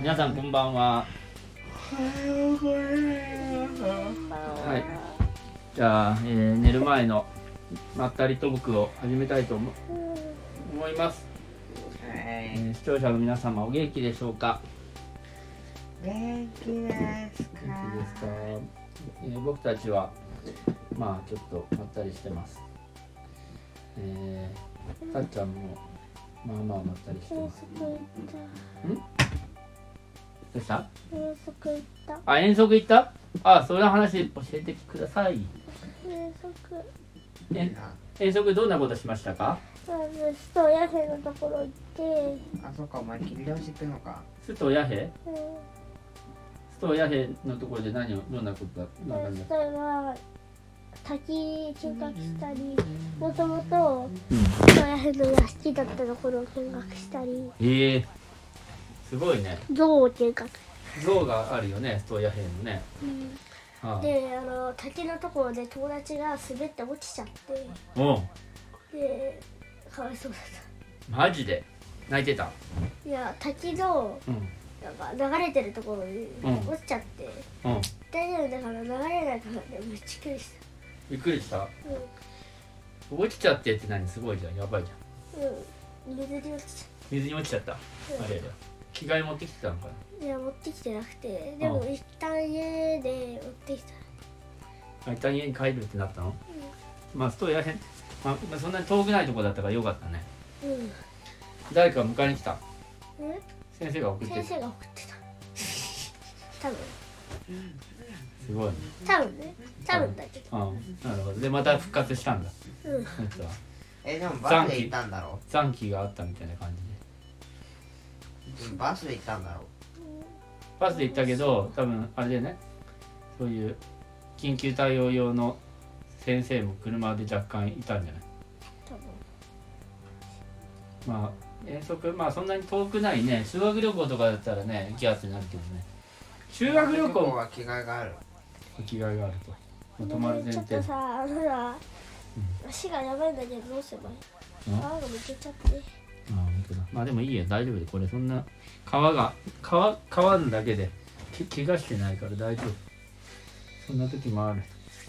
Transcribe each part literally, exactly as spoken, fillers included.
皆さんこんばんは。はい。じゃあ、えー、寝る前のまったりトークを始めたいと思思います。はい、えー、視聴者の皆様お元気でしょうか。 元気ですか。 元気ですか。えー、僕たちはまあちょっとまったりしてます。えー、さっちゃんもまあまあまったりしてます。ん？どうした？ 遠足行った。 あ、遠足行った？あ、その話教えてください。 遠足。 え、遠足どんなことしましたか？ まず首都ヤヘのところ行って。 あ、そっか、お前切り通し行くのか。 首都ヤヘ？ うん。 首都ヤヘのところで何をどんなことだったんですか？ そしたら滝見学したり、もともと首都ヤヘの屋敷だったところを見学したり。 ええー、すごいね。 象を見学。 象があるよね、首都ヤヘのね。 うん。 ああで、あの滝のところで友達が滑って落ちちゃって。 おう。 で、かわいそうだった。 マジで泣いてた？ いや、滝の、 うん、 なんか流れてるところに落ちちゃって、 うんうん、 大丈夫だから流れないからね、めっちゃびっくりした。 びっくりした？ うん、 落ちちゃってって何？すごいじゃん、やばいじゃん。うん、水に落ちちゃった。 水に落ちちゃった、うん、あれや着替え持ってきてたのかな。いや、持ってきてなくて、でも一旦家で持ってきた。一旦家に帰るってなったの？うん、まあ、そうやへん、まあ、そんなに遠くないとこだったからよかったね。 うん。 誰か迎えに来た？ うん？ 先生が送ってた。 先生が送ってた。多分。 すごいね。 多分ね。多分だけど。 うん、なるほど。でまた復活したんだ。 うん。 え、でもバスで行ったんだろう。 残機があったみたいな感じで。バスで行ったんだろう。 バスで行ったけど、多分あれでね、そういう緊急対応用の先生も車で若干いたんじゃない？ 多分。 まあ遠足、まあそんなに遠くないね。修学旅行とかだったらね行きやすくなるけどね。修学旅行は着替えがある。 着替えがあると。泊まる前提。 ちょっとさ、あのさ、うん、足がやばいんだけどどうすればいい？皮がむけちゃって。 ああ、本当だ。まあでもいいよ、大丈夫で。これそんな皮が皮皮のだけで怪我してないから大丈夫。そんな時もある。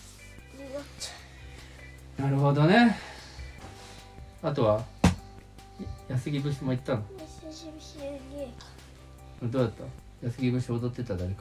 なるほどね。あとは安来節も行ったの？ 安来節ね。 どうだった？安来節踊ってた誰か？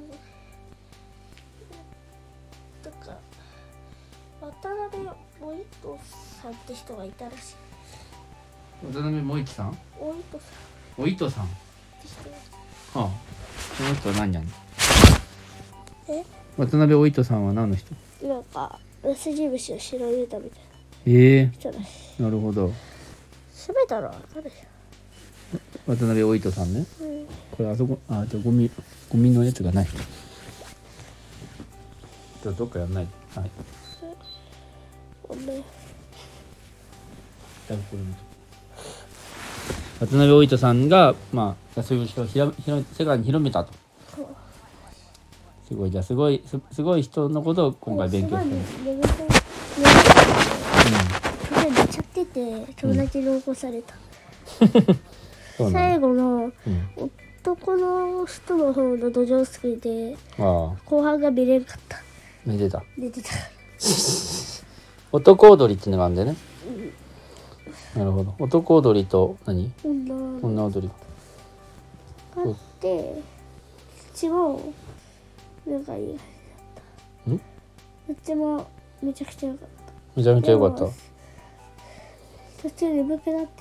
うん。とか渡辺お糸さんって人がいたらしい。 渡辺萌一さん？ お糸さん。 お糸さん。はあ。その人は何やんの？ え？ 渡辺お糸さんは何の人？ なんか安来節を調べたみたいな。 ええー。 人らしい。なるほど。 調べたらわかるでしょ。渡辺お糸さんね。 うん。 これあそこ、あ、じゃゴミゴミのやつがない。じゃどっかやんない。はい。 ごめん。 渡辺お糸さんが、まあ、安来節をひらひら世界に広めたと。すごい、じゃあすごい す, すごい人のことを今回勉強してる。 それ寝ちゃってて友達に起こされた。 うん、 最後の男の人の方の土壌すくいで、うん、後半が見れなかった。 寝てた。 寝てた。 男踊りっていうのがあるんだよね。うん、なるほど。男踊りと何？ 女女踊り。 あって、一もなんかいい感じだった。ん？どっちもめちゃくちゃ良かった。 めちゃめちゃ良かった。 途中眠くなって。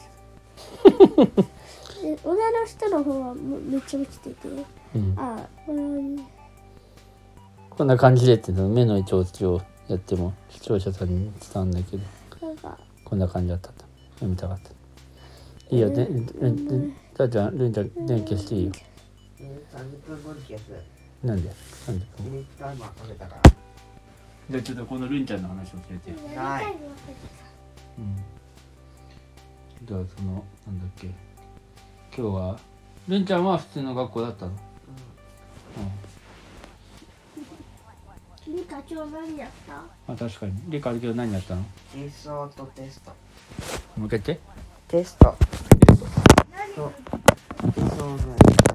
で女の人の方はめっちゃ落ちてて、うん、ああ、うん、 こんな感じでって目の調子をやっても視聴者さんに伝わんないけど、なんかこんな感じだったんだ。読みたかった。いいよ、で、で、で、たーちゃん、るんちゃん、電気消していいよ。 さんじゅっぷんごに消す。 なんで？さんじゅっぷん。 ミニタイマーかけたから。 じゃあちょっとこのるんちゃんの話を教えてよ。 はい。うん。 じゃあそのなんだっけ、今日はるんちゃんは普通の学校だったの？うん。 うん。理科今日何やった？ あ、確かに。理科今日何やったの？ 実装とテスト。 もう一回言って。 テスト。 テスト。 そう。実装ぐらい。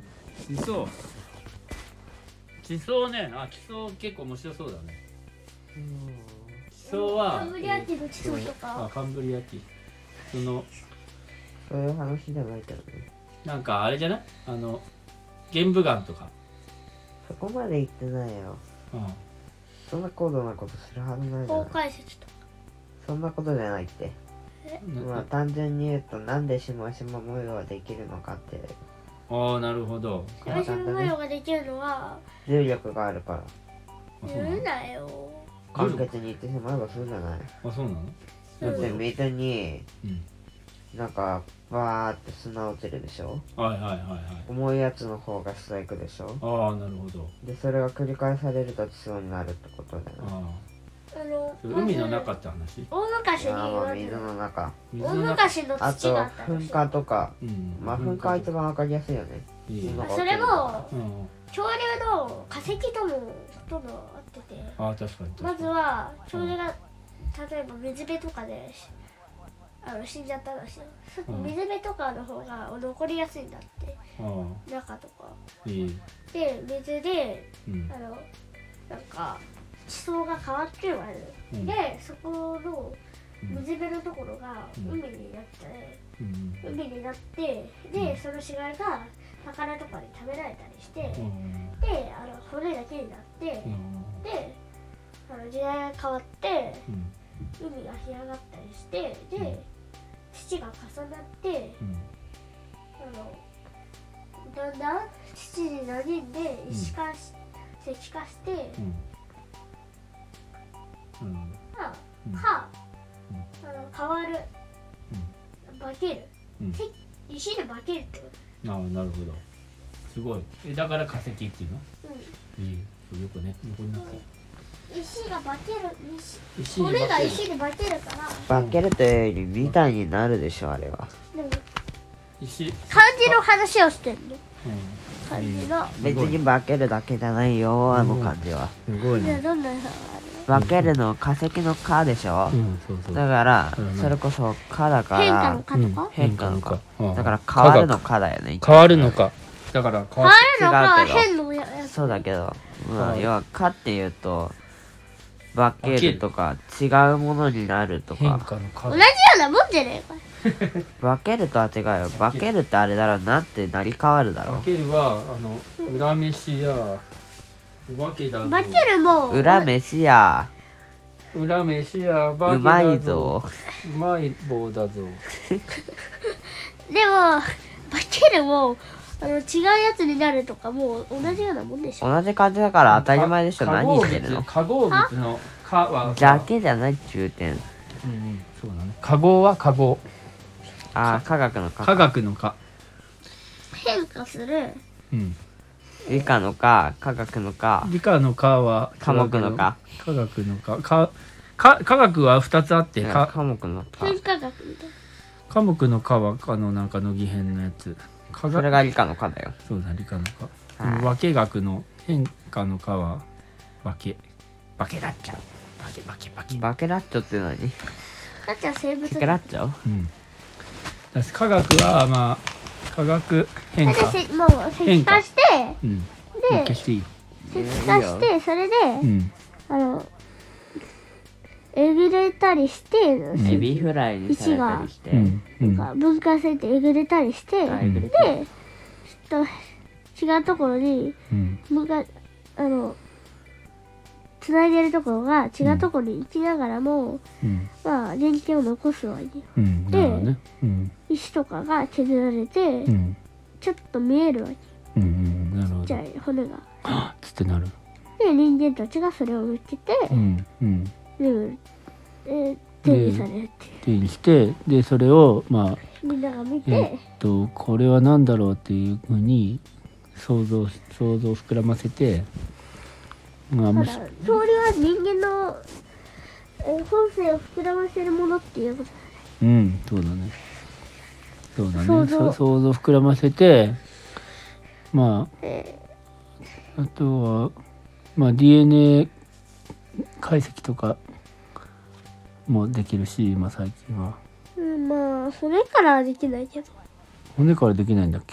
地層地層ね、あ、地層結構面白そうだね。地層はカンブリア紀の地層とか、 あ、カンブリア紀、そのそういう話じゃないけどね。 なんかあれじゃない、あの玄武岩とか、 そこまで言ってないよ。 うん、 そんな高度なことするはずないじゃ法ない。 解説とか。 そんなことじゃないって。まあ単純に言うと、なんでしましま模様ができるのかって。 ああ、なるほど。 しましま模様ができるのは重力があるから。 あ、そうなの言うなよ。 簡潔に言ってしまえばそうじゃない。 あ、そうなの。 だって水にうん、 なんかバーって砂落ちるでしょ。 はいはいはいはい。 重いやつの方が下行くでしょ。 ああ、なるほど。 でそれが繰り返されると地層になるってことだよね。 ああのあ、海の中って話。 大昔にあーまあ水まの中。 ず大水の中。 昔のあと土があったらしい噴火とか。 うん、 まあ噴火は一番わかりやすいよね。 いい。 なんかそれもうん、 恐竜の化石ともほとんど合ってて、 ああ、確かに。 まずは恐竜が例えば水辺とかであの死んじゃったらしいよ。 うん水辺とかの方が残りやすいんだって、 あ中とかあ、いい。 で水でうんあのなんか地層が変わってるわけ、 うんでそこのうん水辺のところがうん海になって、 うん海になってでその死骸が魚とかに食べられたりして、 うんであの骨だけになって、 うんであの時代が変わってうん海が干上がったりしてで、 うん土が重なってうんあのだんだん土に馴染んで石化し、石化して、 うんうんまあうんか、 うんあの変わる、化ける、 うんせ石で化けるってこああ、なるほど。すごい。え、だから化石っていうの。 と、 いい。よくね、横になって。 うん、石が化ける石石に骨が化ける石で化けるから化けるというよりみたいになるでしょあれは。 でも石。 漢字の話をしてんのうん。 漢字の別に化けるだけじゃないよあの感じは。 すごいじゃあね。 どんなのがあ化けるの化石の化でしょ。 うん、そうそう。 だからうんそれこそ化だかる変化のら化とか、 変化の化。 うんだから変わるの化だよね。 変わるのか。だから変わ変わるのか違うけど変のやつそうだけど、まあ、 はい要は化っていうと化けるとか違うものになると変か。 化の化同じようなもんじゃねえか化けるとは違うよ。化けるってあれだろうなってなり変わるだろ化けるはあの裏飯やお化けだぞ。 化けるもう。裏飯や裏飯や化けだぞ。 うまいぞ。 うまい棒だぞ。 でも化けるもあの違うやつになるとかもう同じようなもんでしょ。 同じ感じだから当たり前でしょ。 か何言ってるの。 化合物化合物の化はだけじゃない中点。 うんうん、そうだね。化合は化合。 ああ科学の科科。 学の化。 変化するうん。 理科の科、科学の科、 理科の科は科目の科。 科学の科。かか科学は二つあって、か科目の科。 変化学みたい科目の科はあのなんかの義変のやつ。科学それが理科の科だよ。 そうだ理科の科。 はい化学の変化の科は化け化けだっちゃう。化け化け化け。 バケラッチョって何？ な。だって生物バケラッチョ？ うん。だし科学はまあ化学変化。 だってせもう石化してうん。 で消していい。 石化してそれで、 うん。 あのえぐれたりして、 エビフライにされたりして。 うん。うん。 なんか分解されてえぐれたりして、 あえぐれでてちょっと違うところにうん。 向かあの繋いでるところが違うところに行きながらも、 うん。 まあ原型を残すわけよ。 うん。なるほどね。うん。 石とかが削られて、 うん。 ちょっと見えるわけ。 うん。うん。なるほど。 じゃあ骨が。 あつってなる。 で人間たちがそれを見つけて、 うん。うん。 でで定義されるっていう。 定義してでそれをまあみんなが見て、 えっとこれは何だろうっていうふうに想像想像を膨らませてまあもしだからそれは人間のえー本性を膨らませるものっていうことだね。 うんそうだねそうだね想像そ想像を膨らませてまえああとはまあ ディーエヌエー 解析とかもできるし今最近はーうん、まあ骨からはできないけど、 骨からできないんだっけうん、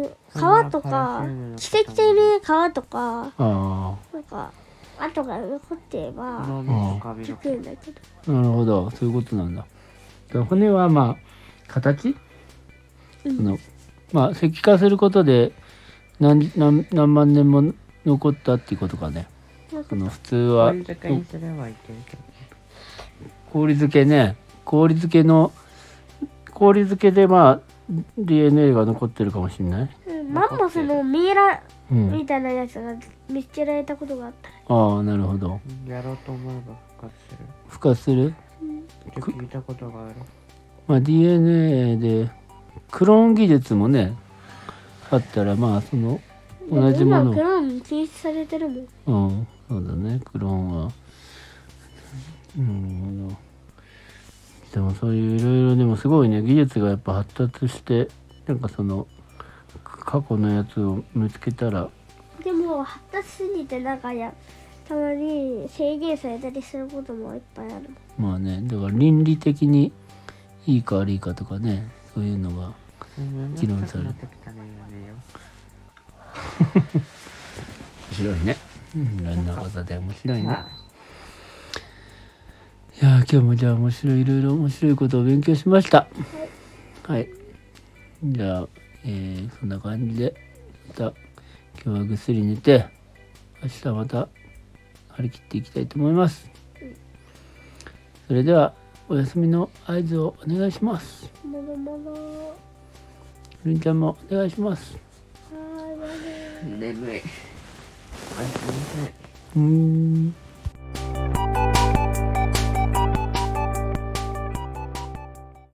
の川とか奇跡的に川とかあなんか跡が残ってれば脳みそ髪の聞くんだけど、 あ、なるほど、そういうことなんだ。で骨はまあ形、 うんそのまあ石化することで何何何万年も残ったっていうことかね。 なんかその普通は氷漬けにすればいけるけど。 氷漬けね、氷漬けの氷漬けでまあ ディーエヌエー が残ってるかもしれない。 うんマンモスのミイラうんみ。たいなやつが見つけられたことがあった。 ああ、なるほど。 やろうと思えば復活する孵化する。 って聞いたことがある。 まあ ディーエヌエー でクローン技術もねあったらまあその同じもの今クローン禁止されてるもん。 うん、そうだね、クローンは。うん、なるほど。でもそういういろいろでもすごいね、技術がやっぱ発達して、なんかその過去のやつを見つけたら、 でも発達すぎてなんかやたまに制限されたりすることもいっぱいあるもん。 まあね、だから倫理的にいいか悪いかとかね、そういうのが議論される。 なってきたね、やめよ面白いね。うん、いろんなことで面白いね。 う。 いやー、今日もじゃあ面白いいろいろ面白いことを勉強しました。はい。じゃあ、えー、そんな感じでまた今日はぐっすり寝て明日また張り切っていきたいと思います。それではお休みの合図をお願いします。 もろもろ。 りんちゃんもお願いします。 はーい、まねー。 眠い。おやすみなさい。 うーん。